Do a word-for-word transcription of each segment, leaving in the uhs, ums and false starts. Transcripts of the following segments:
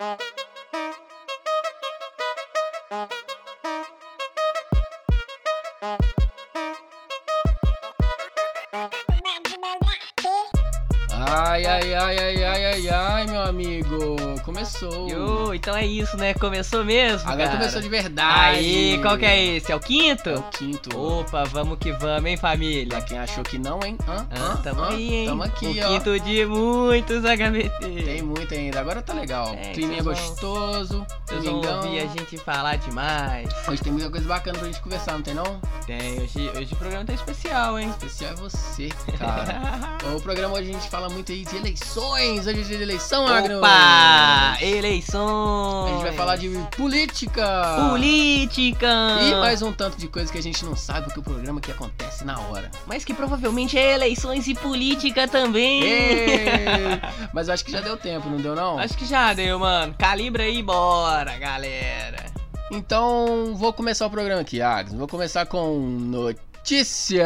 Ai, ai, ai, ai, ai, ai, ai, meu amigo. Começou. Yo, então é isso, né? Começou mesmo, Agora cara. começou de verdade. Aí, qual que é esse? É o quinto? É o quinto. Opa, vamos que vamos, hein, família? Pra quem achou que não, hein? Hã? Ah, Hã? tamo Hã? aí, hein? Tamo aqui, o ó. quinto de muitos H B T. Tem muito ainda. Agora tá legal. É, Climinha vocês vão- gostoso. Vocês vão domingão. ouvir a gente falar demais. Hoje tem muita coisa bacana pra gente conversar, não tem não? Tem, hoje, hoje o programa tá especial, hein? Especial é você, cara. O programa hoje a gente fala muito aí de eleições. Hoje é dia de eleição, Agnes. Opa! Eleições! A gente vai falar de política. política! E mais um tanto de coisa que a gente não sabe, porque o programa que acontece na hora. Mas que provavelmente é eleições e política também! Ei! Mas eu acho que já deu tempo, não deu não? Acho que já deu, mano. Calibra aí, bora, galera! Então, vou começar o programa aqui, Agnes. Vou começar com notícia.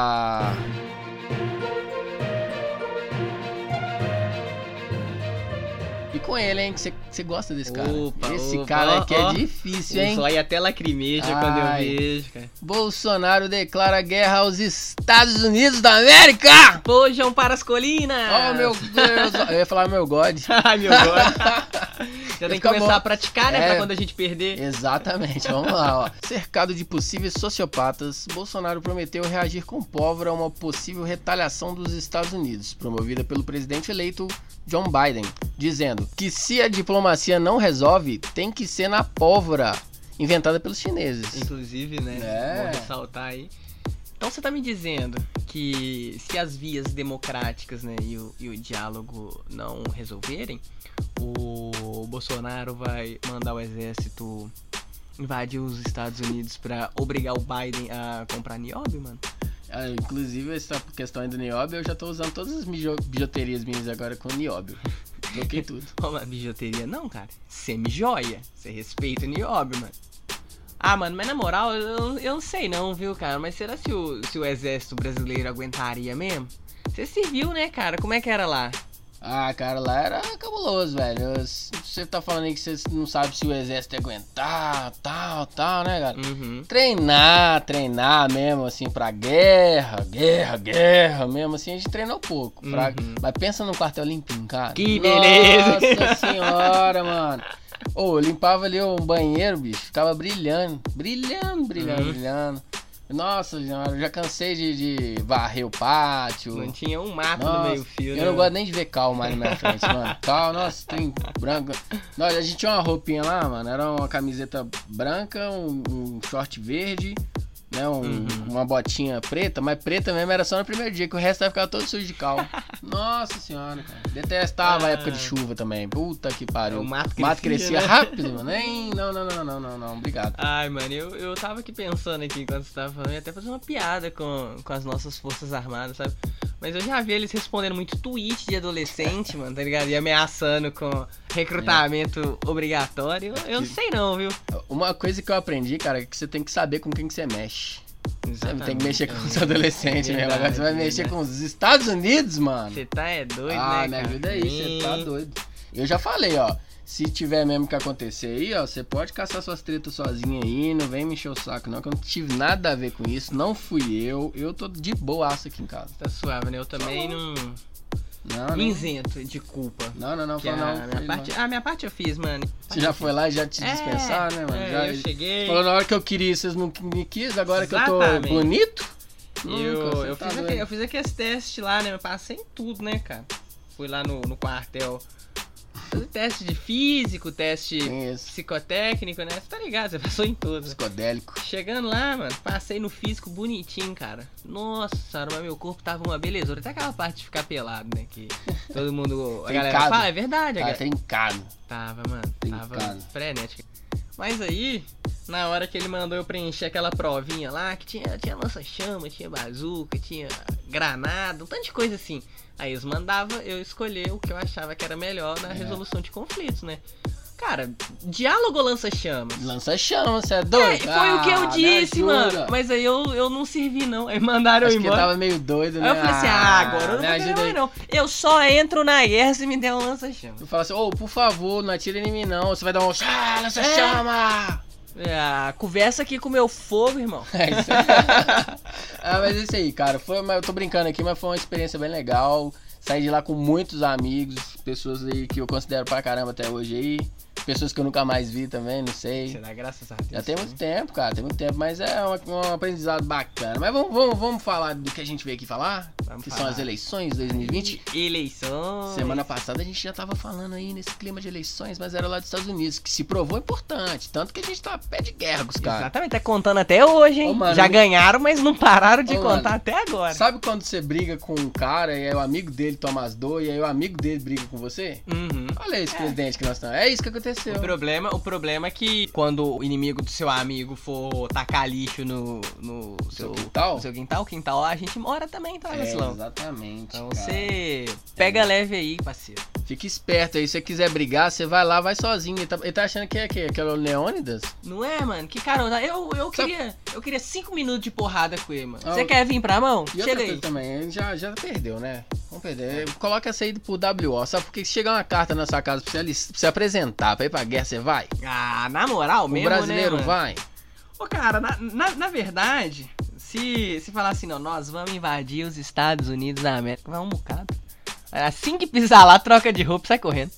E com ele, hein, que você gosta desse cara. Opa, Esse opa, cara ó, aqui é ó. difícil, O hein? zóio até lacrimeja quando eu Ai. vejo, cara. Bolsonaro declara guerra aos Estados Unidos da América! Fujam para as colinas! Oh, meu Deus! Eu ia falar meu God. Ai, meu Deus! Já tem que Fica começar bom. a praticar, né? É. Pra quando a gente perder. Exatamente, vamos lá, ó. Cercado de possíveis sociopatas, Bolsonaro prometeu reagir com pólvora a uma possível retaliação dos Estados Unidos, promovida pelo presidente eleito John Biden, dizendo que se a diplomacia não resolve, tem que ser na pólvora, inventada pelos chineses. Inclusive, né? É. Vou ressaltar aí. Então você tá me dizendo que se as vias democráticas, né, e o, e o diálogo não resolverem, o Bolsonaro vai mandar o exército invadir os Estados Unidos pra obrigar o Biden a comprar nióbio, mano? Ah, inclusive, essa questão aí do nióbio, eu já tô usando todas as mijo- bijuterias minhas agora com nióbio. Bloquei tudo. Uma bijuteria não, cara. Semi-joia. Você respeita o nióbio, mano. Ah, mano, mas na moral, eu, eu não sei não, viu, cara? Mas será se o, se o exército brasileiro aguentaria mesmo? Você se viu, né, cara? Como é que era lá? Ah, cara, lá era cabuloso, velho. Você tá falando aí que você não sabe se o exército ia aguentar, tal, tal, né, cara? Uhum. Treinar, treinar mesmo, assim, pra guerra, guerra, guerra mesmo, assim, a gente treinou pouco. Pra... Uhum. Mas pensa num quartel limpinho, cara. Que beleza! Nossa senhora, mano. Ô, eu limpava ali um banheiro, bicho, ficava brilhando, brilhando, brilhando, Uhum. brilhando. Nossa senhora, eu já cansei de, de varrer o pátio. Não tinha um mato Nossa, no meio fio, eu né? não gosto nem de ver cal mais na minha frente, mano. Cal, nossa, tem branco. Nossa, a gente tinha uma roupinha lá, mano. Era uma camiseta branca, um, um short verde, né? Um, Uhum. Uma botinha preta, mas preta mesmo era só no primeiro dia, que o resto vai ficar todo sujo de cal. Nossa senhora, cara. Detestava Ah. a época de chuva também. Puta que pariu. O mato mato crescia, crescia né? rápido, mano. Nem, não, não, não, não, não, não. Obrigado. Ai, mano, eu, eu tava aqui pensando aqui enquanto você tava falando, eu ia até fazer uma piada com, com as nossas forças armadas, sabe? Mas eu já vi eles respondendo muito tweet de adolescente, mano, tá ligado? E ameaçando com recrutamento obrigatório. Eu, eu não sei não, viu? Uma coisa que eu aprendi, cara, é que você tem que saber com quem que você mexe. Você tem que mexer com os Exatamente. adolescentes mesmo. Agora você vai Verdade, mexer verdade. com os Estados Unidos, mano. Você tá é doido, Ah, né, minha cara? vida é isso, você tá doido. Eu já falei, ó. Se tiver mesmo que acontecer aí, ó, você pode caçar suas tretas sozinho aí, não vem me encher o saco não, que eu não tive nada a ver com isso, não fui eu, eu tô de boaça aqui em casa. Tá suave, né? Eu também não Não, não, me isento de culpa. não, não, não, Que foi a, não. minha foi parte, não. a minha parte eu fiz, mano. Você já foi lá e já te É, dispensaram, né, mano? é, Já, eu cheguei. Falou na hora que eu queria, vocês não me quis, agora que eu tô Exatamente. bonito? Eu, Nunca, você eu, tá fiz doido. aquele, eu fiz aqueles testes lá, né? Eu passei em tudo, né, cara? Fui lá no, no quartel. Fiz teste de físico, teste Tem isso. psicotécnico, né? Você tá ligado? Você passou em tudo. Né? Psicodélico. Chegando lá, mano, passei no físico bonitinho, cara. Nossa senhora, mas meu corpo tava uma belezura. Até aquela parte de ficar pelado, né? Que todo mundo. A galera Trincado. fala, é verdade, a Tá galera. trincado. Tava, mano. Tava Trincado. frenética. Mas aí, na hora que ele mandou eu preencher aquela provinha lá, que tinha, tinha lança-chama, tinha bazuca, tinha granada, um tanto de coisa assim. Aí eles mandavam eu escolher o que eu achava que era melhor na É. resolução de conflitos, né? Cara, diálogo lança-chamas? Lança-chamas, você é doido? É, foi ah, o que eu disse, mano. Mas aí eu, eu não servi, não. Aí mandaram Acho eu embora. Que tava meio doido, né? Aí eu falei assim, ah, agora eu não vou ganhar mais, não. Eu só entro na guerra se me der um lança-chamas. Eu falo assim, ô, oh, por favor, não atire em mim, não. Você vai dar um... Ah, lança-chama! É, conversa aqui com o meu fogo, irmão. É isso aí. Ah, mas é isso aí, cara. Foi, eu tô brincando aqui, mas foi uma experiência bem legal. Saí de lá com muitos amigos, pessoas aí que eu considero pra caramba até hoje aí. Pessoas que eu nunca mais vi também, não sei. Será, graças a Deus. Já tem muito tempo, cara, tem muito tempo, mas é um, um aprendizado bacana. Mas vamos, vamos, vamos falar do que a gente veio aqui falar, vamos que falar. São as eleições de dois mil e vinte. Eleições. Semana passada a gente já tava falando aí nesse clima de eleições, mas era lá dos Estados Unidos, que se provou importante, tanto que a gente tá pé de guerra com os caras. Exatamente, tá contando até hoje, hein? Ô, mano, já ganharam, mas não pararam de Ô, contar mano, até agora. Sabe quando você briga com um cara e aí o amigo dele toma as dores e aí o amigo dele briga com você? Uhum. Olha esse é. presidente que nós estamos. É isso que aconteceu. O problema, o problema é que quando o inimigo do seu amigo for tacar lixo no, no, seu, quintal? no seu quintal, quintal lá, a gente mora também, tá, é, Silão? Exatamente. Então cara. você pega é. leve aí, parceiro. Fica esperto aí, se você quiser brigar, você vai lá, vai sozinho. Ele tá, ele tá achando que é que é o Leônidas? Não é, mano? Que carona. Eu, eu, queria, eu queria cinco minutos de porrada com ele, mano. Você ah, quer vir pra mão? E Chega aí. Também, ele já, já perdeu, né? Vamos perder. Coloca essa aí pro W O, sabe? Porque se chegar uma carta na sua casa pra você, pra você apresentar, pra ir pra guerra, você vai? Ah, na moral mesmo, o brasileiro né, vai? Ô, cara, na, na, na verdade, se, se falar assim, não, nós vamos invadir os Estados Unidos da América, vai um bocado. Assim que pisar lá, troca de roupa e sai correndo.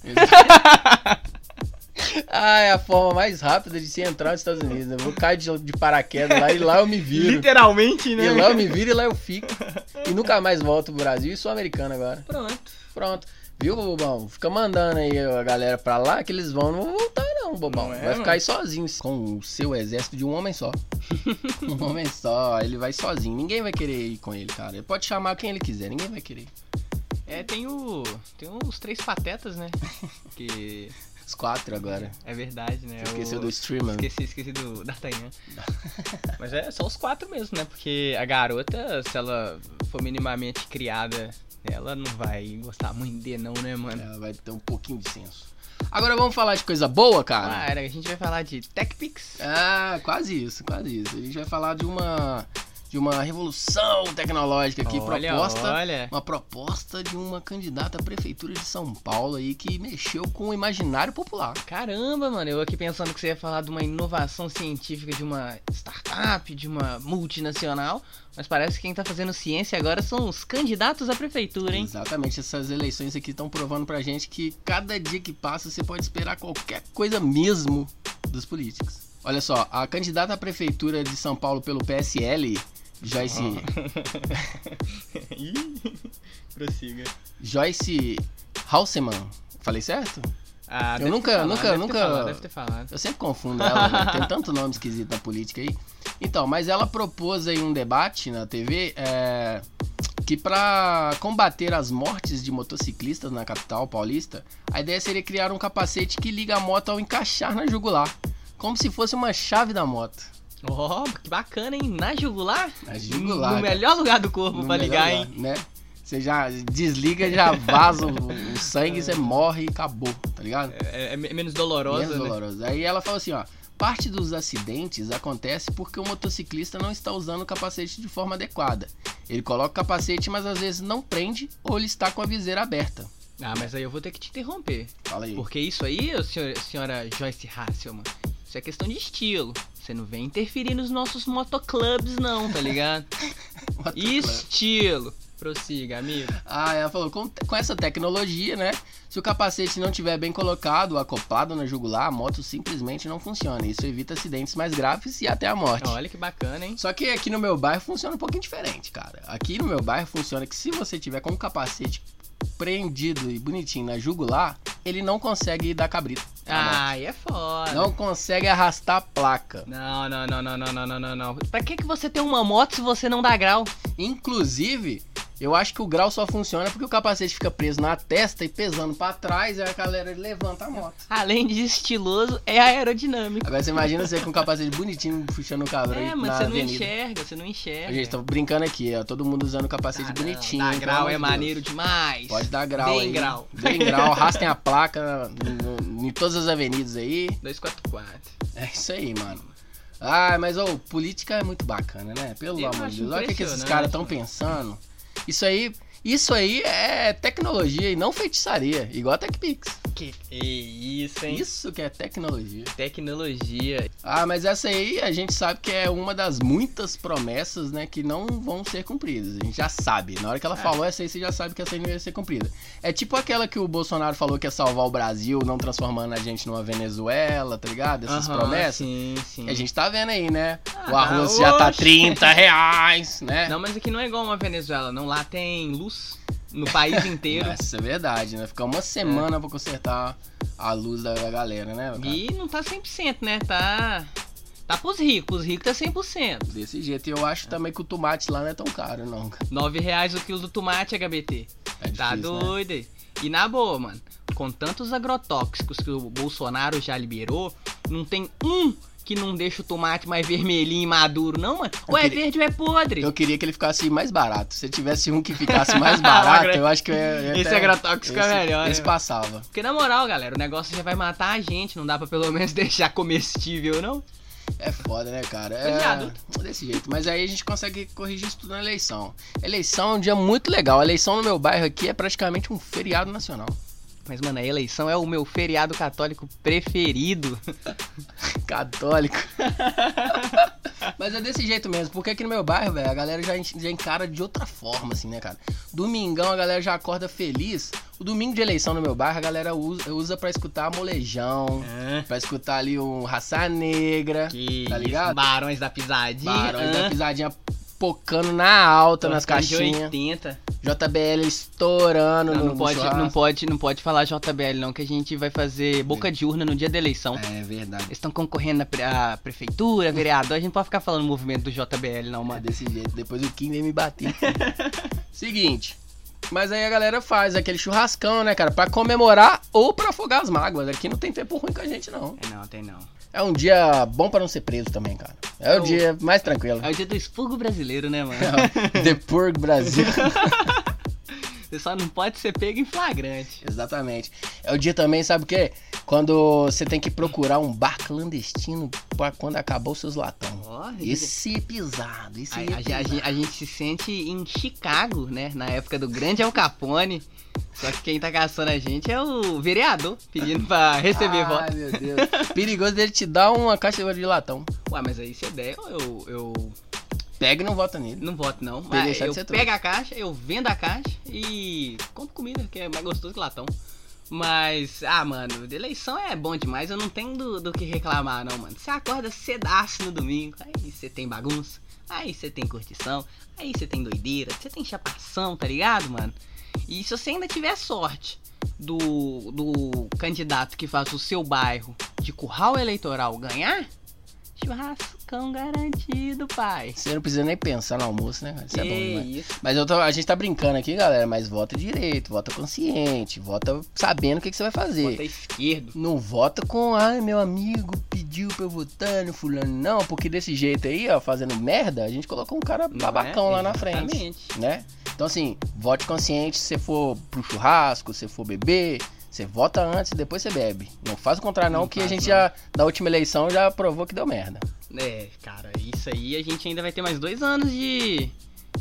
Ah, é a forma mais rápida de se entrar nos Estados Unidos. Eu vou cair de, de paraquedas lá e lá eu me viro. Literalmente, né? E lá eu me viro e lá eu fico. E nunca mais volto pro Brasil e sou americano agora. Pronto. Pronto. Viu, bobão? Fica mandando aí a galera pra lá que eles vão. Não vão voltar não, bobão. Não é, vai ficar aí sozinho com o seu exército de um homem só. Um homem só. Ele vai sozinho. Ninguém vai querer ir com ele, cara. Ele pode chamar quem ele quiser. Ninguém vai querer. É, tem o... Tem os três patetas, né? Que... Os quatro agora. É verdade, né? Você esqueceu o... do streamer. Esqueci, esqueci do D'Artagnan. Mas é só os quatro mesmo, né? Porque a garota, se ela for minimamente criada, ela não vai gostar muito de não, né, mano? Ela vai ter um pouquinho de senso. Agora vamos falar de coisa boa, cara? Cara, a gente vai falar de TechPix. Ah, quase isso, quase isso. A gente vai falar de uma... de uma revolução tecnológica aqui, olha, proposta, olha. uma proposta de uma candidata à prefeitura de São Paulo aí que mexeu com o imaginário popular. Caramba, mano, eu aqui pensando que você ia falar de uma inovação científica, de uma startup, de uma multinacional, mas parece que quem tá fazendo ciência agora são os candidatos à prefeitura, hein? Exatamente, essas eleições aqui estão provando pra gente que cada dia que passa você pode esperar qualquer coisa mesmo dos políticos. Olha só, a candidata à prefeitura de São Paulo pelo P S L, Joyce... Prossiga. Joyce Halseman. Falei certo? Ah, eu nunca, falado, nunca, deve nunca... Ter falado, deve ter falado. Eu sempre confundo ela, né? Tem tanto nome esquisito na política aí. Então, mas ela propôs aí um debate na T V, é... que para combater as mortes de motociclistas na capital paulista, a ideia seria criar um capacete que liga a moto ao encaixar na jugular, como se fosse uma chave da moto. Oh, que bacana, hein? Na jugular? Na jugular. No melhor lugar do corpo pra ligar, lugar, hein? Né? Você já desliga, já vaza o, o sangue, você morre e acabou, tá ligado? É, é, é menos dolorosa, menos né? dolorosa. Aí ela falou assim, ó. Parte dos acidentes acontece porque o motociclista não está usando o capacete de forma adequada. Ele coloca o capacete, mas às vezes não prende ou ele está com a viseira aberta. Ah, mas aí eu vou ter que te interromper. Fala aí. Porque isso aí, senhora, senhora Joyce Hasselman, isso é questão de estilo. Você não vem interferir nos nossos motoclubs não, tá ligado? Estilo. Prossiga, amigo. Ah, ela falou, com, com essa tecnologia, né? Se o capacete não estiver bem colocado, acoplado na jugular, a moto simplesmente não funciona. Isso evita acidentes mais graves e até a morte. Olha que bacana, hein? Só que aqui no meu bairro funciona um pouquinho diferente, cara. Aqui no meu bairro funciona que se você tiver com o capacete prendido e bonitinho na jugular, ele não consegue dar cabrito. Ah, aí é foda. Não consegue arrastar a placa. Não, não, não, não, não, não, não, não. Pra que que você tem uma moto se você não dá grau? Inclusive, Eu acho que o grau só funciona porque o capacete fica preso na testa e pesando pra trás e a galera levanta a moto. Além de estiloso, é aerodinâmico. Agora você imagina você com um capacete bonitinho puxando o cabrão É, aí mas na você não avenida. enxerga, você não enxerga. Gente, tô brincando aqui, ó. Todo mundo usando capacete Ah, bonitinho. Dar pelo grau amor é de maneiro Deus. demais. Pode dar grau Deem aí. grau. Deem grau, arrastem a placa no- no- em todas as avenidas aí. dois quatro quatro. É isso aí, mano. Ah, mas, ô, política é muito bacana, né? Pelo Eu amor de acho Deus. Olha o que, que esses impressionante, caras estão mano. pensando. Isso aí, isso aí é tecnologia e não feitiçaria. Igual a TechPix. Que isso, hein? Isso que é tecnologia. Tecnologia. Ah, mas essa aí a gente sabe que é uma das muitas promessas, né, que não vão ser cumpridas. A gente já sabe. Na hora que ela É. falou essa aí, você já sabe que essa aí não ia ser cumprida. É tipo aquela que o Bolsonaro falou que ia salvar o Brasil, não transformando a gente numa Venezuela, tá ligado? Essas Aham, promessas. Sim, sim. Que a gente tá vendo aí, né? Ah, O arroz já tá oxe. trinta reais, né? Não, mas aqui não é igual uma Venezuela, não. Lá tem luz no país inteiro. Isso é verdade, né? Ficar uma semana pra consertar a luz da galera, né? cara? E não tá cem por cento, né? Tá. Tá pros ricos. Os ricos tá cem por cento. Desse jeito. E eu acho também que o tomate lá não é tão caro, não. cara. nove reais o quilo do tomate, H B T. É Tá difícil, né? doido aí. E na boa, mano. Com tantos agrotóxicos que o Bolsonaro já liberou, não tem um que não deixa o tomate mais vermelhinho e maduro, não, mano. Ou é queria- verde ou é podre. Eu queria que ele ficasse mais barato. Se tivesse um que ficasse mais barato, eu acho que eu ia, ia Esse até- agrotóxico é esse- melhor, Esse né? passava. Porque na moral, galera, o negócio já vai matar a gente. Não dá pra pelo menos deixar comestível, não? É foda, né, cara? Coisa de É adulto. desse jeito. Mas aí a gente consegue corrigir isso tudo na eleição. Eleição é um dia muito legal. A eleição no meu bairro aqui é praticamente um feriado nacional. Mas, mano, a eleição é o meu feriado católico preferido. Católico. Mas é desse jeito mesmo, porque aqui no meu bairro, velho, a galera já, en- já encara de outra forma, assim, né, cara? Domingão a galera já acorda feliz. O domingo de eleição no meu bairro a galera usa, usa pra escutar molejão, pra escutar ali um Raça Negra, Que tá ligado? Barões da Pisadinha. Barões hã? da Pisadinha pocando na alta nas Torcida de caixinhas. oitenta. J B L estourando Não, no, não, no pode, churrasco. não, pode, não pode falar J B L não, que a gente vai fazer boca de urna no dia da eleição. É verdade. Eles estão concorrendo à pre- à prefeitura, vereador, a gente não pode ficar falando movimento do J B L não, É mano. desse jeito. Depois o Kim vem me bater. Seguinte. Mas aí a galera faz aquele churrascão, né, cara? Pra comemorar ou pra afogar as mágoas. Aqui não tem tempo ruim com a gente, não. É, não, tem não. É um dia bom pra não ser preso também, cara. É o É o- dia mais tranquilo. É o dia do expurgo brasileiro, né, mano? The Purg Brasil. Você só não pode ser pego em flagrante. Exatamente. É o dia também, sabe o quê? Quando você tem que procurar um bar clandestino pra quando acabou os seus latão. Ó, Esse é pesado, esse A, é a- a- pesado. a gente se sente em Chicago, né? Na época do grande Al Capone. Só que quem tá caçando a gente é o vereador, pedindo pra receber Ai, voto. meu Deus. Perigoso dele te dar uma caixa de latão. Ué, mas aí se eu der, eu, eu Pega e não vota nele. não voto não. Tem que Mas deixar de eu ser pego trouxa. a caixa, eu vendo a caixa e compro comida, que é mais gostoso que latão. Mas, ah, mano, de eleição é bom demais, eu não tenho do, do que reclamar não, mano. Você acorda cedaço no domingo, aí você tem bagunça, aí você tem curtição, aí você tem doideira, você tem chapação, tá ligado, mano? E se você ainda tiver sorte do, do candidato que faz o seu bairro de curral eleitoral ganhar, churrascão garantido, pai. Você não precisa nem pensar no almoço, né? Isso é bom Que demais. isso. Mas eu tô- a gente tá brincando aqui, galera, mas vota direito, vota consciente, vota sabendo o que, que você vai fazer. Bota esquerdo. Não vota com, ai, meu amigo pediu pra eu votar no fulano, não, porque desse jeito aí, ó, fazendo merda, a gente colocou um cara Não babacão é? lá na frente, Exatamente. né? Então assim, vote consciente se você for pro churrasco, se você for beber, você vota antes e depois você bebe. Não faz o contrário não, Não que a faz, gente não. já, na última eleição, já provou que deu merda. É, cara, isso aí a gente ainda vai ter mais dois anos de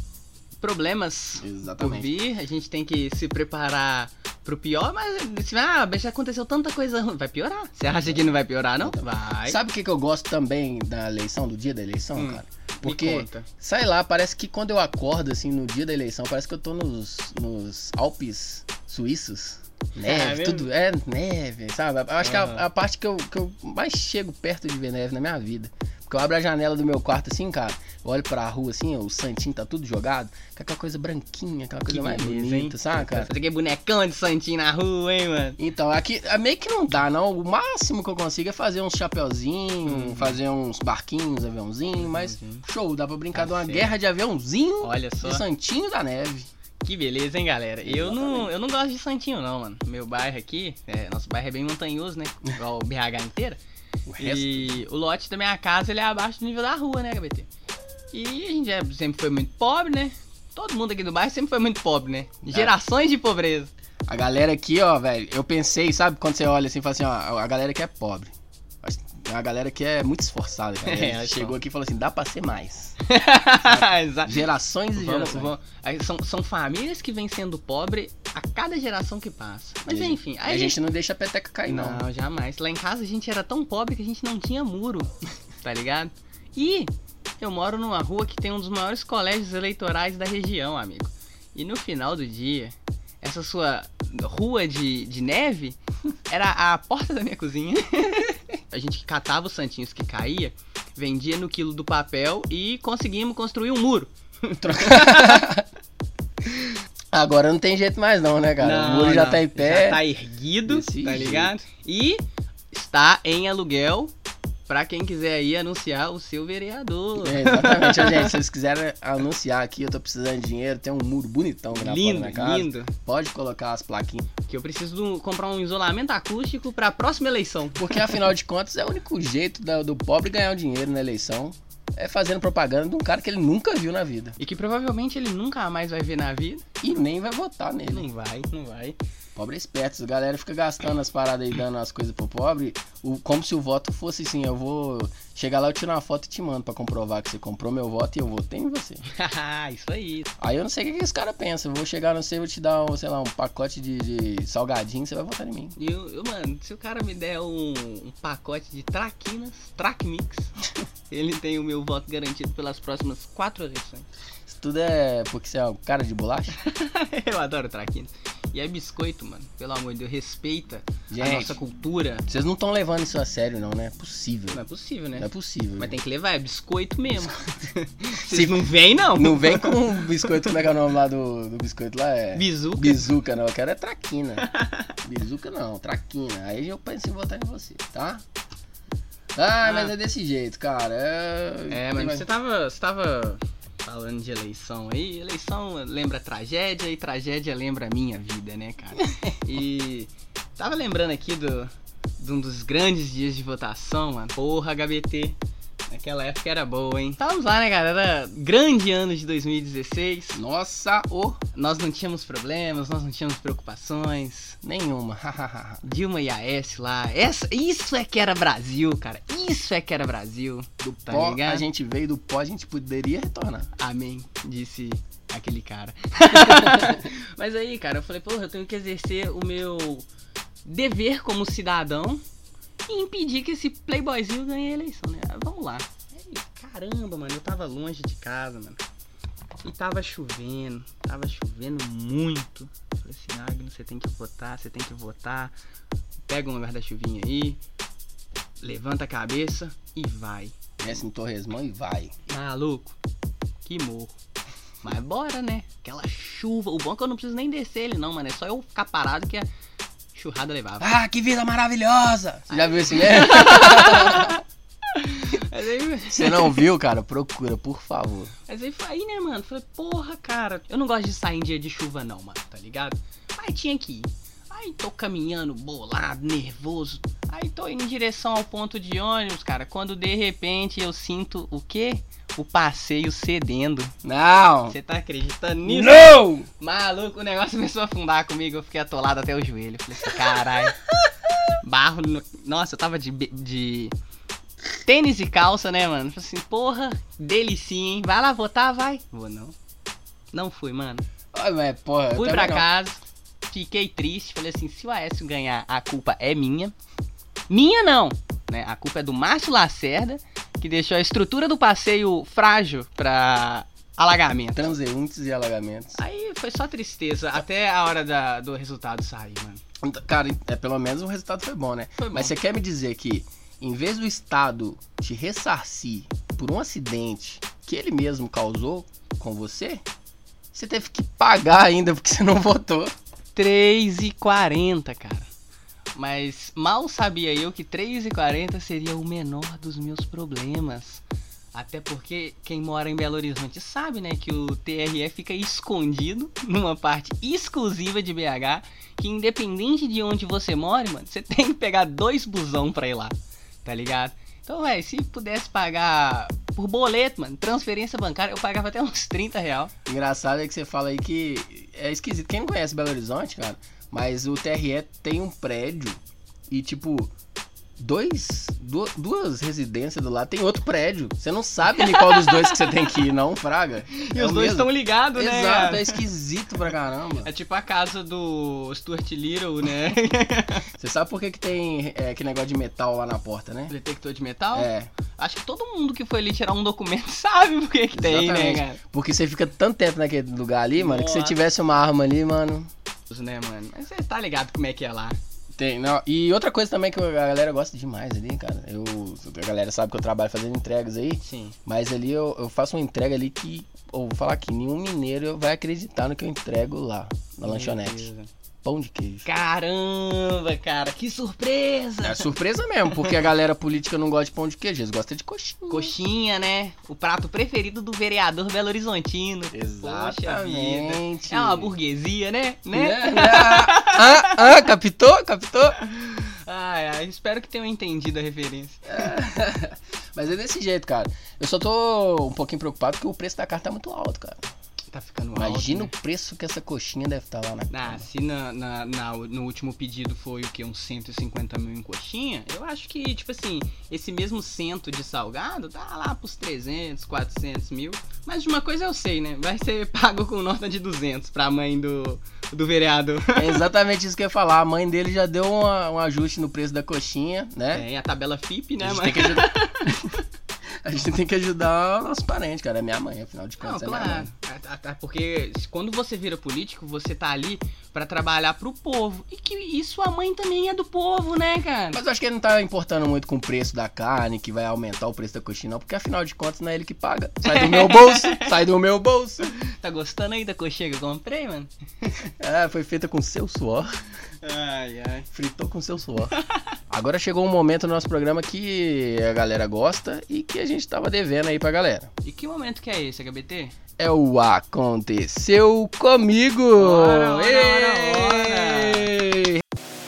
problemas por Exatamente. vir. A gente tem que se preparar pro pior, mas se ah, já aconteceu tanta coisa ruim, vai piorar. Você acha que não vai piorar, não? Vai. Sabe o que, que eu gosto também da eleição, do dia da eleição, Hum, cara? Me Porque, conta. sei lá, parece que quando eu acordo, assim, no dia da eleição, parece que eu tô nos, nos Alpes suíços. Neve, É tudo. É, neve, sabe? Eu acho que Aham. é a, a parte que eu, que eu mais chego perto de ver neve na minha vida. Porque eu abro a janela do meu quarto assim, cara, eu olho pra rua assim, ó, o santinho tá tudo jogado, com aquela coisa branquinha, aquela coisa mais beleza, bonita, sabe, cara? Você tem bonecão de santinho na rua, hein, mano? Então, aqui é meio que não dá, não. O máximo que eu consigo é fazer uns chapeuzinhos, Uhum. fazer uns barquinhos, aviãozinho, mas Uhum. show, dá pra brincar Tá de uma certo. guerra de aviãozinho Olha só. de Santinho da Neve. Que beleza, hein, galera? Eu não, eu não gosto de santinho, não, mano. Meu bairro aqui, é, nosso bairro é bem montanhoso, né? Igual o B H inteira. O resto. E o lote da minha casa, ele é abaixo do nível da rua, né, H B T? E a gente é, sempre foi muito pobre, né? Todo mundo aqui do bairro sempre foi muito pobre, né? Gerações de pobreza. A galera aqui, ó, velho, eu pensei, sabe, quando você olha assim e fala assim, ó, a galera aqui é pobre. A galera aqui é muito esforçada, cara. É, chegou aqui e falou assim, dá pra ser mais. Exato. Gerações e Vamos, gerações. vamos. Aí São, são famílias que vêm sendo pobres a cada geração que passa. Mas E a enfim, gente- aí a gente não deixa a peteca cair, não. Não, jamais. Lá em casa a gente era tão pobre que a gente não tinha muro, tá ligado? E eu moro numa rua que tem um dos maiores colégios eleitorais da região, amigo. E no final do dia, essa sua rua de, de neve era a porta da minha cozinha. A gente catava os santinhos que caía, vendia no quilo do papel e conseguimos construir um muro. Agora não tem jeito mais não, né, cara? O muro já não, tá em pé. Já tá erguido, Desse tá jeito. ligado? E está em aluguel pra quem quiser aí anunciar o seu vereador. É, exatamente, Ó, gente. Se vocês quiserem anunciar aqui, eu tô precisando de dinheiro, tem um muro bonitão aqui na porta da Lindo, minha casa. lindo. Pode colocar as plaquinhas. Que eu preciso do- comprar um isolamento acústico pra próxima eleição. Porque afinal de contas é o único jeito da- do pobre ganhar o dinheiro na eleição. É fazendo propaganda de um cara que ele nunca viu na vida. E que provavelmente ele nunca mais vai ver na vida. E nem vai votar nele. Não vai, não vai. Pobre é esperto. A galera fica gastando as paradas aí, dando as coisas pro pobre. O, como se o voto fosse assim, eu vou chegar lá, eu tiro uma foto e te mando pra comprovar que você comprou meu voto e eu votei em você. Isso aí. Aí eu não sei o que, que esse cara pensa. Eu vou chegar no você, vou te dar, um, sei lá, um pacote de, de salgadinho, você vai votar em mim. E eu, eu, mano, se o cara me der um, um pacote de traquinas, track mix, ele tem o meu voto garantido pelas próximas quatro eleições. Isso tudo é porque você é um cara de bolacha? Eu adoro traquinas. E é biscoito, mano. Pelo amor de Deus, respeita a Gente. nossa cultura. Vocês não estão levando isso a sério, não, né? É possível. Não é possível, né? Não é possível. Mas tem que levar, é biscoito mesmo. Vocês não vêm, não. Não vem com o biscoito, como é que é o nome lá do, do biscoito lá? É... Bizuca. Bizuca, não. Eu quero é traquina. Bizuca não, traquina. Aí eu penso em votar em você, tá? Ah, Ah. mas é desse jeito, cara. É, É, Tem mas mais- você tava, você tava falando de eleição aí. Eleição lembra tragédia e tragédia lembra a minha vida, né, cara? E tava lembrando aqui do, de um dos grandes dias de votação, mano. Porra, H B T. Naquela época era boa, hein? Estávamos lá, né, galera? Era grande ano de dois mil e dezesseis. Nossa, ô. Nós não tínhamos problemas, nós não tínhamos preocupações. Nenhuma. Dilma e Aécio lá. Essa, isso é que era Brasil, cara. Isso é que era Brasil. Do Tá pó, ligado? a gente veio do pó, a gente poderia retornar. Amém, disse aquele cara. Mas aí, cara, eu falei, porra, eu tenho que exercer o meu dever como cidadão e impedir que esse playboyzinho ganhe a eleição, né? Vamos lá. Aí, caramba, mano, eu tava longe de casa, mano. E tava chovendo, tava chovendo muito. Eu falei assim, Agno, você tem que votar, você tem que votar. Pega um guarda-chuvinha aí, levanta a cabeça e vai. Desce no torresmão e vai. Maluco, que morro. Mas bora, né? Aquela chuva. O bom é que eu não preciso nem descer ele, não, mano. É só eu ficar parado que a churrada levava. Ah, que vida maravilhosa! Você já viu esse meme? Mas aí, Você não viu, cara? Procura, por favor. mas aí foi aí, né, mano? Falei, porra, cara. Eu não gosto de sair em dia de chuva, não, mano, tá ligado? Mas tinha que ir. Aí tô caminhando, bolado, nervoso. Aí tô indo em direção ao ponto de ônibus, cara. Quando de repente eu sinto o quê? O passeio cedendo. Não! Você tá acreditando nisso? Não! Maluco, o negócio começou a afundar comigo, eu fiquei atolado até o joelho. Falei assim, caralho. Barro no... Nossa, eu tava de, be- de tênis e calça, né, mano? Falei assim, porra, delicinha, hein? Vai lá votar, vai. Vou não. Não fui, mano. Ai, mas, porra, eu Fui também pra não. casa, fiquei triste. Falei assim, se o Aécio ganhar, a culpa é minha. Minha não, né? A culpa é do Márcio Lacerda, que deixou a estrutura do passeio frágil pra alagamento. Transeuntes e alagamentos. Aí foi só tristeza, até a hora da, do resultado sair, mano. Então, cara, é, pelo menos o resultado foi bom, né? Foi bom. Mas você quer me dizer que, em vez do Estado te ressarcir por um acidente que ele mesmo causou com você, você teve que pagar ainda porque você não votou. três e quarenta, cara. Mas mal sabia eu que três e quarenta seria o menor dos meus problemas. Até porque quem mora em Belo Horizonte sabe, né, que o T R E fica escondido numa parte exclusiva de B H, que independente de onde você mora, mano, você tem que pegar dois busão pra ir lá, tá ligado? Então, velho, se pudesse pagar por boleto, mano, transferência bancária, eu pagava até uns trinta reais. Engraçado é que você fala aí que é esquisito. Quem não conhece Belo Horizonte, cara, mas o T R E tem um prédio e, tipo, dois, duas, duas residências do lado tem outro prédio. Você não sabe em qual dos dois que você tem que ir, não, fraga. E é os dois estão ligados, né? Exato, cara? É esquisito pra caramba. É tipo a casa do Stuart Little, né? Você sabe por que, que tem é, aquele negócio de metal lá na porta, né? Detector de metal? É. Acho que todo mundo que foi ali tirar um documento sabe por que que tem, né, cara? Porque você fica tanto tempo naquele lugar ali, mano, Nossa. que se tivesse uma arma ali, mano... Né, mano? Mas você tá ligado como é que é lá. Tem, não. E outra coisa também que a galera gosta demais ali, cara. Eu, a galera sabe que eu trabalho fazendo entregas aí. Sim. Mas ali eu, eu faço uma entrega ali que... Eu vou falar aqui, nenhum mineiro vai acreditar no que eu entrego lá, na Meu lanchonete. Deus. Pão de queijo. Caramba, cara, que surpresa! É surpresa mesmo, porque a galera política não gosta de pão de queijo, eles gostam de coxinha. Coxinha, né? O prato preferido do vereador Belo Horizontino. Exatamente. Poxa vida. É uma burguesia, né? Né? É, é. Ah, ah, captou? Captou? Ai, ai, espero que tenham entendido a referência. É. Mas é desse jeito, cara. Eu só tô um pouquinho preocupado porque o preço da carne tá muito alto, cara. Tá ficando alto. Imagina né? o preço que essa coxinha deve estar lá na Ah, cama. se na, na, na- no último pedido foi o que? Uns cento e cinquenta mil em coxinha, eu acho que, tipo assim, esse mesmo cento de salgado tá lá pros trezentos, quatrocentos mil. Mas de uma coisa eu sei, né? Vai ser pago com nota de duzentos pra mãe do, do vereador. É exatamente isso que eu ia falar. A mãe dele já deu uma- um ajuste no preço da coxinha, né? Tem a tabela F I P, né, a gente mãe? tem que ajudar. A gente tem que ajudar o nosso parente, cara. É minha mãe, afinal de Não, contas. é minha claro. mãe. Até porque quando você vira político, você tá ali pra trabalhar pro povo. E que e sua mãe também é do povo, né, cara? Mas eu acho que ele não tá importando muito com o preço da carne, que vai aumentar o preço da coxinha, não. Porque afinal de contas não é ele que paga. Sai do meu bolso, sai do meu bolso. Tá gostando aí da coxinha que eu comprei, mano? É, foi feita com seu suor. Ai, ai. Fritou com seu suor. Agora chegou um momento no nosso programa que a galera gosta e que a gente tava devendo aí pra galera. E que momento que é esse, H B T? É o Aconteceu Comigo! Ora, ora, ora, Ei!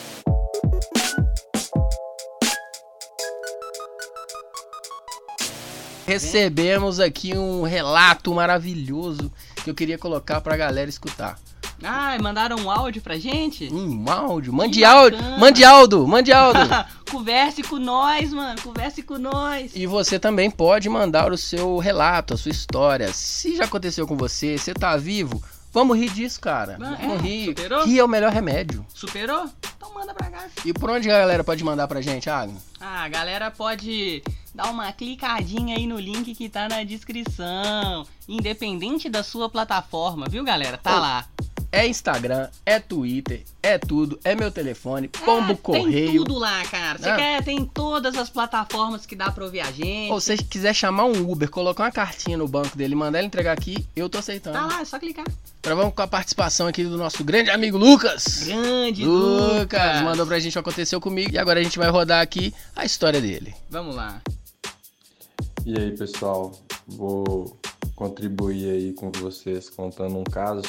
Recebemos aqui um relato maravilhoso que eu queria colocar pra galera escutar. Ah, mandaram um áudio pra gente? Um áudio, mande Que áudio, bacana. mande áudio, mande áudio. Converse com nós, mano. Converse com nós. E você também pode mandar o seu relato, a sua história. Se já aconteceu com você, você tá vivo, vamos rir disso, cara. Ah, Vamos é? rir. Superou? Rir é o melhor remédio. Superou? Então manda pra cá. E por onde a galera pode mandar pra gente, Agnes? Ah, a galera pode dar uma clicadinha aí no link que tá na descrição. Independente da sua plataforma, viu, galera? Tá Ô, lá. É Instagram, é Twitter, é tudo, é meu telefone, pombo É, correio. Tem tudo lá, cara. Você Ah. quer? Tem todas as plataformas que dá pra ouvir a gente. Ou se você quiser chamar um Uber, colocar uma cartinha no banco dele e mandar ele entregar aqui, eu tô aceitando. Tá lá, é só clicar. Então vamos com a participação aqui do nosso grande amigo Lucas. Grande Lucas Lucas. mandou pra gente o que aconteceu comigo e agora a gente vai rodar aqui a história dele. Vamos lá. E aí, pessoal, vou contribuir aí com vocês contando um caso.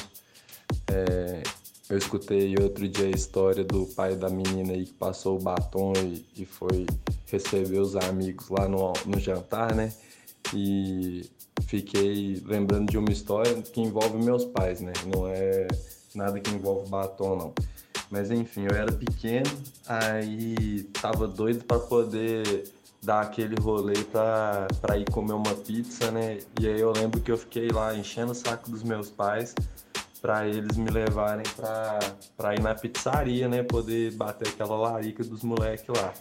É, eu escutei outro dia a história do pai da menina aí que passou o batom e, e foi receber os amigos lá no, no jantar, né? E fiquei lembrando de uma história que envolve meus pais, né? Não é nada que envolve batom, não. Mas enfim, eu era pequeno, aí tava doido para poder dar aquele rolê pra, pra ir comer uma pizza, né? E aí eu lembro que eu fiquei lá enchendo o saco dos meus pais pra eles me levarem pra, pra ir na pizzaria, né? Poder bater aquela larica dos moleques lá.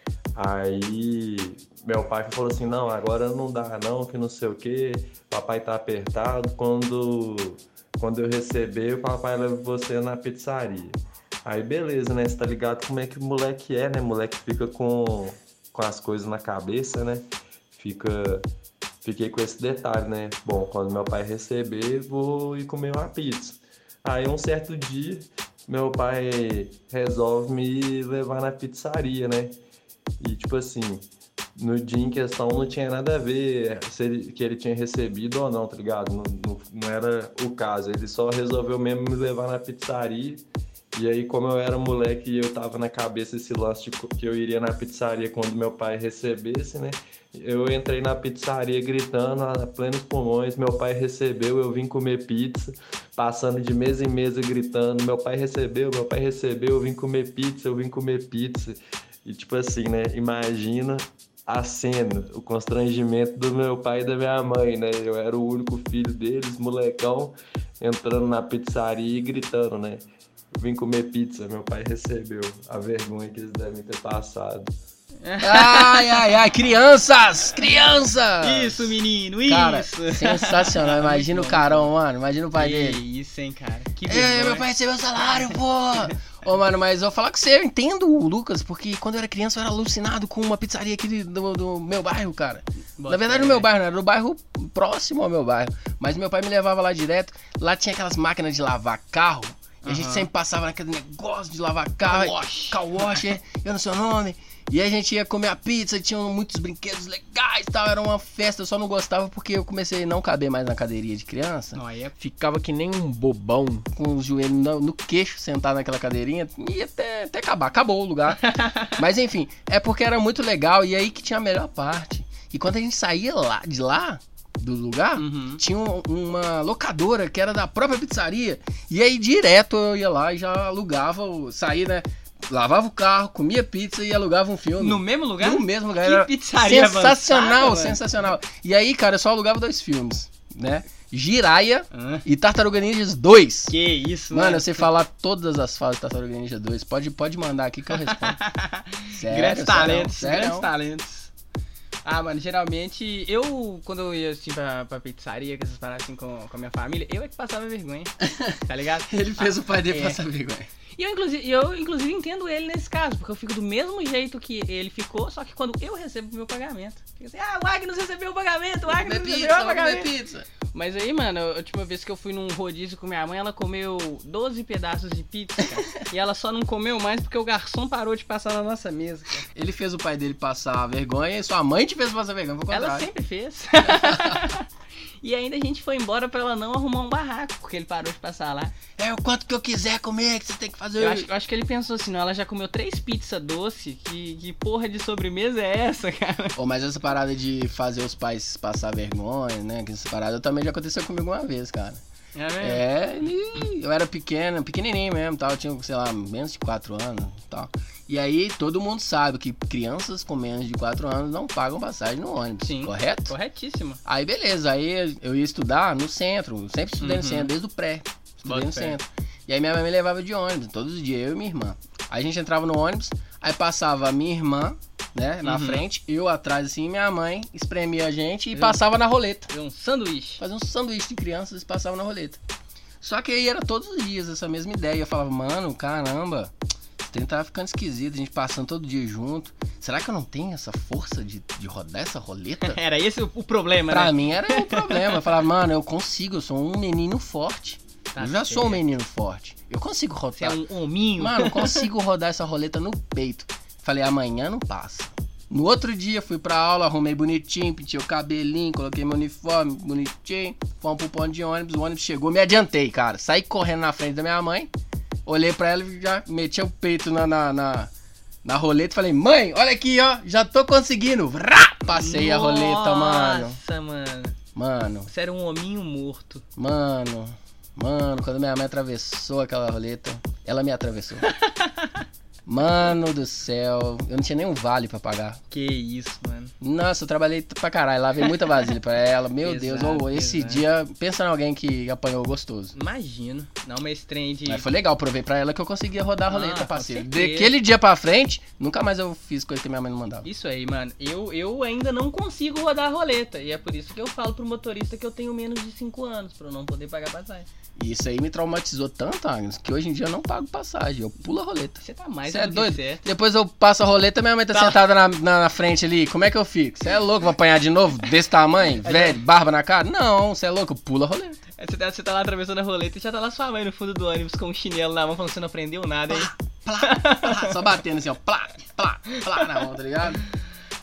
Aí meu pai falou assim, não, agora não dá não, que não sei o que, papai tá apertado, quando, quando eu receber o papai leva você na pizzaria. Aí beleza, né? Você tá ligado como é que o moleque é, né? O moleque fica com, com as coisas na cabeça, né? Fica... Fiquei com esse detalhe, né? Bom, quando meu pai receber, vou ir comer uma pizza. Aí um certo dia, meu pai resolve me levar na pizzaria, né? E tipo assim, no dia em questão não tinha nada a ver se ele, que ele tinha recebido ou não, tá ligado? Não, não, não era o caso. Ele só resolveu mesmo me levar na pizzaria. E aí, como eu era moleque e eu tava na cabeça esse lance de que eu iria na pizzaria quando meu pai recebesse, né? Eu entrei na pizzaria gritando a plenos pulmões, meu pai recebeu, eu vim comer pizza, passando de mesa em mesa gritando, meu pai recebeu, meu pai recebeu, eu vim comer pizza, eu vim comer pizza. E tipo assim, né? Imagina a cena, o constrangimento do meu pai e da minha mãe, né? Eu era o único filho deles, molecão, entrando na pizzaria e gritando, né? Vim comer pizza, meu pai recebeu. A vergonha que eles devem ter passado. Ai, ai, ai, crianças! Crianças! Isso, menino, isso! Cara, sensacional. Imagina o Carão, mano. Imagina o pai que dele. Isso, hein, cara. Que É, vergonha. meu pai recebeu o salário, pô! Ô, mano, mas eu vou falar com você, eu entendo o Lucas, porque quando eu era criança eu era alucinado com uma pizzaria aqui do, do meu bairro, cara. Bota Na verdade, fé. no meu bairro, não era no bairro próximo ao meu bairro. Mas meu pai me levava lá direto. Lá tinha aquelas máquinas de lavar carro. E a gente Aham. sempre passava naquele negócio de lavar carro. Car wash. Car wash, é, eu não sei o nome. E aí a gente ia comer a pizza, tinham muitos brinquedos legais e tal. Era uma festa, eu só não gostava porque eu comecei a não caber mais na cadeirinha de criança. Não, aí é... Ficava que nem um bobão, com os joelhos no, no queixo, sentado naquela cadeirinha. E até, até acabar, acabou o lugar. Mas enfim, é porque era muito legal e aí que tinha a melhor parte. E quando a gente saía lá, de lá, do lugar, Uhum. tinha um- uma locadora que era da própria pizzaria. E aí direto eu ia lá e já alugava, o- saía, né? Lavava o carro, comia pizza e alugava um filme. No mesmo lugar? No mesmo lugar. Que Era pizzaria sensacional, avançada, mano. sensacional. E aí, cara, eu só alugava dois filmes, né? Jiraya Ah, e Tartaruga Ninjas dois. que isso, Mano, eu sei falar todas as falas de Tartaruga Ninja dois. Pode, pode mandar aqui que eu respondo. Sério, Grandes sério, talentos, sério. grandes talentos. Ah, mano, geralmente, eu, quando eu ia, assim, pra, pra pizzaria, com essas paradas, assim, com, com a minha família, eu é que passava vergonha, tá ligado? Ele fez Ah, o pai dele é. passar vergonha. E eu inclusive, eu, inclusive, entendo ele nesse caso, porque eu fico do mesmo jeito que ele ficou, só que quando eu recebo o meu pagamento. Fica assim, ah, o Agnes recebeu o pagamento, o Agnes Comer recebeu pizza, o vamos pagamento. comer pizza. Mas aí, mano, a última vez que eu fui num rodízio com minha mãe, ela comeu doze pedaços de pizza, cara. E ela só não comeu mais porque o garçom parou de passar na nossa mesa, cara. Ele fez o pai dele passar vergonha e sua mãe te fez passar vergonha, foi o Ela contrário. sempre fez. E ainda a gente foi embora pra ela não arrumar um barraco, porque ele parou de passar lá. É o quanto que eu quiser comer que você tem que fazer. Eu acho, eu acho que ele pensou assim, não, ela já comeu três pizzas doce, que, que porra de sobremesa é essa, cara? Pô, mas essa parada de fazer os pais passar vergonha, né? Que essa parada também já aconteceu comigo uma vez, cara. É mesmo? É, e eu era pequeno, pequenininho mesmo, tal, eu tinha, sei lá, menos de quatro anos, tal. E aí todo mundo sabe que crianças com menos de quatro anos não pagam passagem no ônibus, Sim. correto? Corretíssimo. Aí beleza, aí eu ia estudar no centro, eu sempre estudei Uhum. no centro, desde o pré, estudei Bota no fé. centro. E aí minha mãe me levava de ônibus, todos os dias, eu e minha irmã. Aí a gente entrava no ônibus, aí passava a minha irmã, né, na Uhum. frente, eu atrás assim, minha mãe espremia a gente e Viu? passava na roleta. Deu um sanduíche. Fazia um sanduíche de crianças e passava na roleta. Só que aí era todos os dias essa mesma ideia. Eu falava, mano, caramba, esse trem tava ficando esquisito, a gente passando todo dia junto. Será que eu não tenho essa força de, de rodar essa roleta? Era esse o, o problema, Pra né? mim era um problema. Eu falava, mano, eu consigo, eu sou um menino forte. Tá eu já sou um certo. menino forte. Eu consigo Você é rodar. um hominho. Mano, eu consigo rodar essa roleta no peito. Falei, amanhã não passa. No outro dia fui pra aula, arrumei bonitinho, pintei o cabelinho, coloquei meu uniforme bonitinho, fomos pro ponto de ônibus, o ônibus chegou, me adiantei, cara. Saí correndo na frente da minha mãe, olhei pra ela e já meti o peito na, na, na, na roleta e falei, mãe, olha aqui, ó, já tô conseguindo. Vrá! Passei a roleta, mano. Nossa, mano. Mano, Você era um hominho morto. mano, mano, quando minha mãe atravessou aquela roleta, ela me atravessou. Mano do céu, eu não tinha nem um vale pra pagar. Que isso, mano. Nossa, eu trabalhei pra caralho, lavei muita vasilha pra ela. Meu Pesado, Deus, oh, esse pesado. dia, pensa em alguém que apanhou gostoso. Imagino. Não, mas esse trem de... Mas foi legal, provei pra ela que eu conseguia rodar a Ah, roleta, com parceiro. certeza. Daquele dia pra frente, nunca mais eu fiz coisa que minha mãe não mandava. Isso aí, mano. Eu, eu ainda não consigo rodar a roleta. E é por isso que eu falo pro motorista que eu tenho menos de cinco anos, pra eu não poder pagar passagem. E isso aí me traumatizou tanto, Agnes, que hoje em dia eu não pago passagem, eu pulo a roleta. Você tá mais Você é do que doido? certo. Depois eu passo a roleta, minha mãe tá, Tá. sentada na, na, na frente ali. Como é que eu fico? Você é louco? Vou apanhar de novo? Desse tamanho? Velho, barba na cara? Não, você é louco? Eu pulo a roleta. Aí Você tá, você tá lá atravessando a roleta e já tá lá sua mãe no fundo do ônibus com um chinelo na mão falando que você não aprendeu nada aí. Plá, plá, só batendo assim, ó. Plá, plá, plá na mão, tá ligado?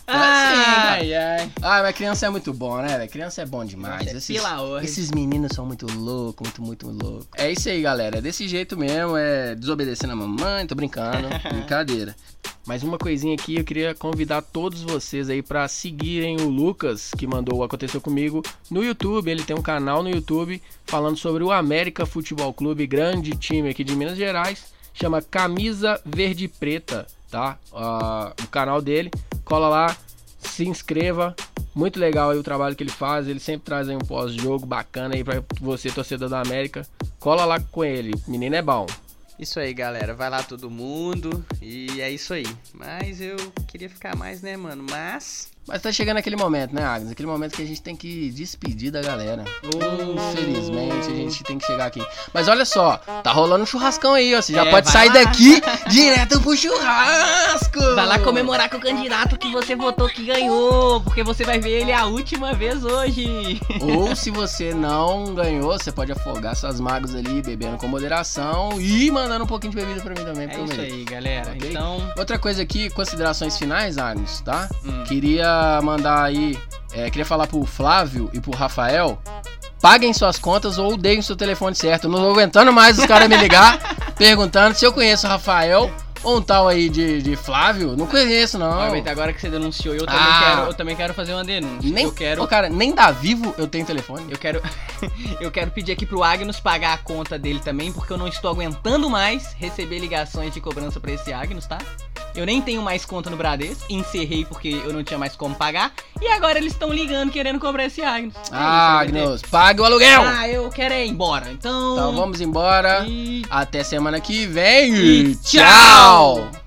Ai, ai. Ah, mas criança é muito bom, né, velho? Criança é bom demais. É Esses, pela ordem. esses meninos são muito loucos, muito, muito loucos. É isso aí, galera. É desse jeito mesmo, é desobedecendo a mamãe, tô brincando, brincadeira. Mas uma coisinha aqui, eu queria convidar todos vocês aí pra seguirem o Lucas, que mandou o Aconteceu Comigo, no YouTube. Ele tem um canal no YouTube falando sobre o América Futebol Clube, grande time aqui de Minas Gerais, chama Camisa Verde e Preta, tá? Uh, o canal dele, cola lá, se inscreva. Muito legal aí o trabalho que ele faz, ele sempre traz aí um pós-jogo bacana aí pra você, torcedor da América. Cola lá com ele, menino é bom. Isso aí, galera. Vai lá todo mundo. E é isso aí. Mas eu queria ficar mais, né, mano? Mas... Mas tá chegando aquele momento, né, Agnes? Aquele momento que a gente tem que despedir da galera. Infelizmente, a gente tem que chegar aqui. Mas olha só, tá rolando um churrascão aí, ó. Você já É, pode vai sair lá. daqui direto pro churrasco. vai lá comemorar com o candidato que você votou que ganhou. Porque você vai ver ele a última vez hoje. Ou se você não ganhou, você pode afogar suas mágoas ali, bebendo com moderação e mandando um pouquinho de bebida pra mim também. É isso aí, galera. Ok? Então... Outra coisa aqui, considerações finais, Agnes, tá? Hum. Queria mandar aí, é, queria falar pro Flávio e pro Rafael, paguem suas contas ou deem seu telefone certo. Eu não tô aguentando mais os caras me ligar perguntando se eu conheço o Rafael ou um tal aí de, de Flávio. Não conheço, não. Ah, mas agora que você denunciou, eu também, Ah. quero, eu também quero fazer uma denúncia. Nem, Eu quero... Ô, cara, nem da Vivo eu tenho telefone. Eu quero, eu quero pedir aqui pro Agnus pagar a conta dele também, porque eu não estou aguentando mais receber ligações de cobrança pra esse Agnus, tá? Eu nem tenho mais conta no Bradesco, encerrei porque eu não tinha mais como pagar, e agora eles estão ligando querendo cobrar esse Agnus. É isso, Ah, L B T. Agnus, pague o aluguel! Ah, eu quero é ir embora, então... Então vamos embora. E... Até semana que vem. E Tchau!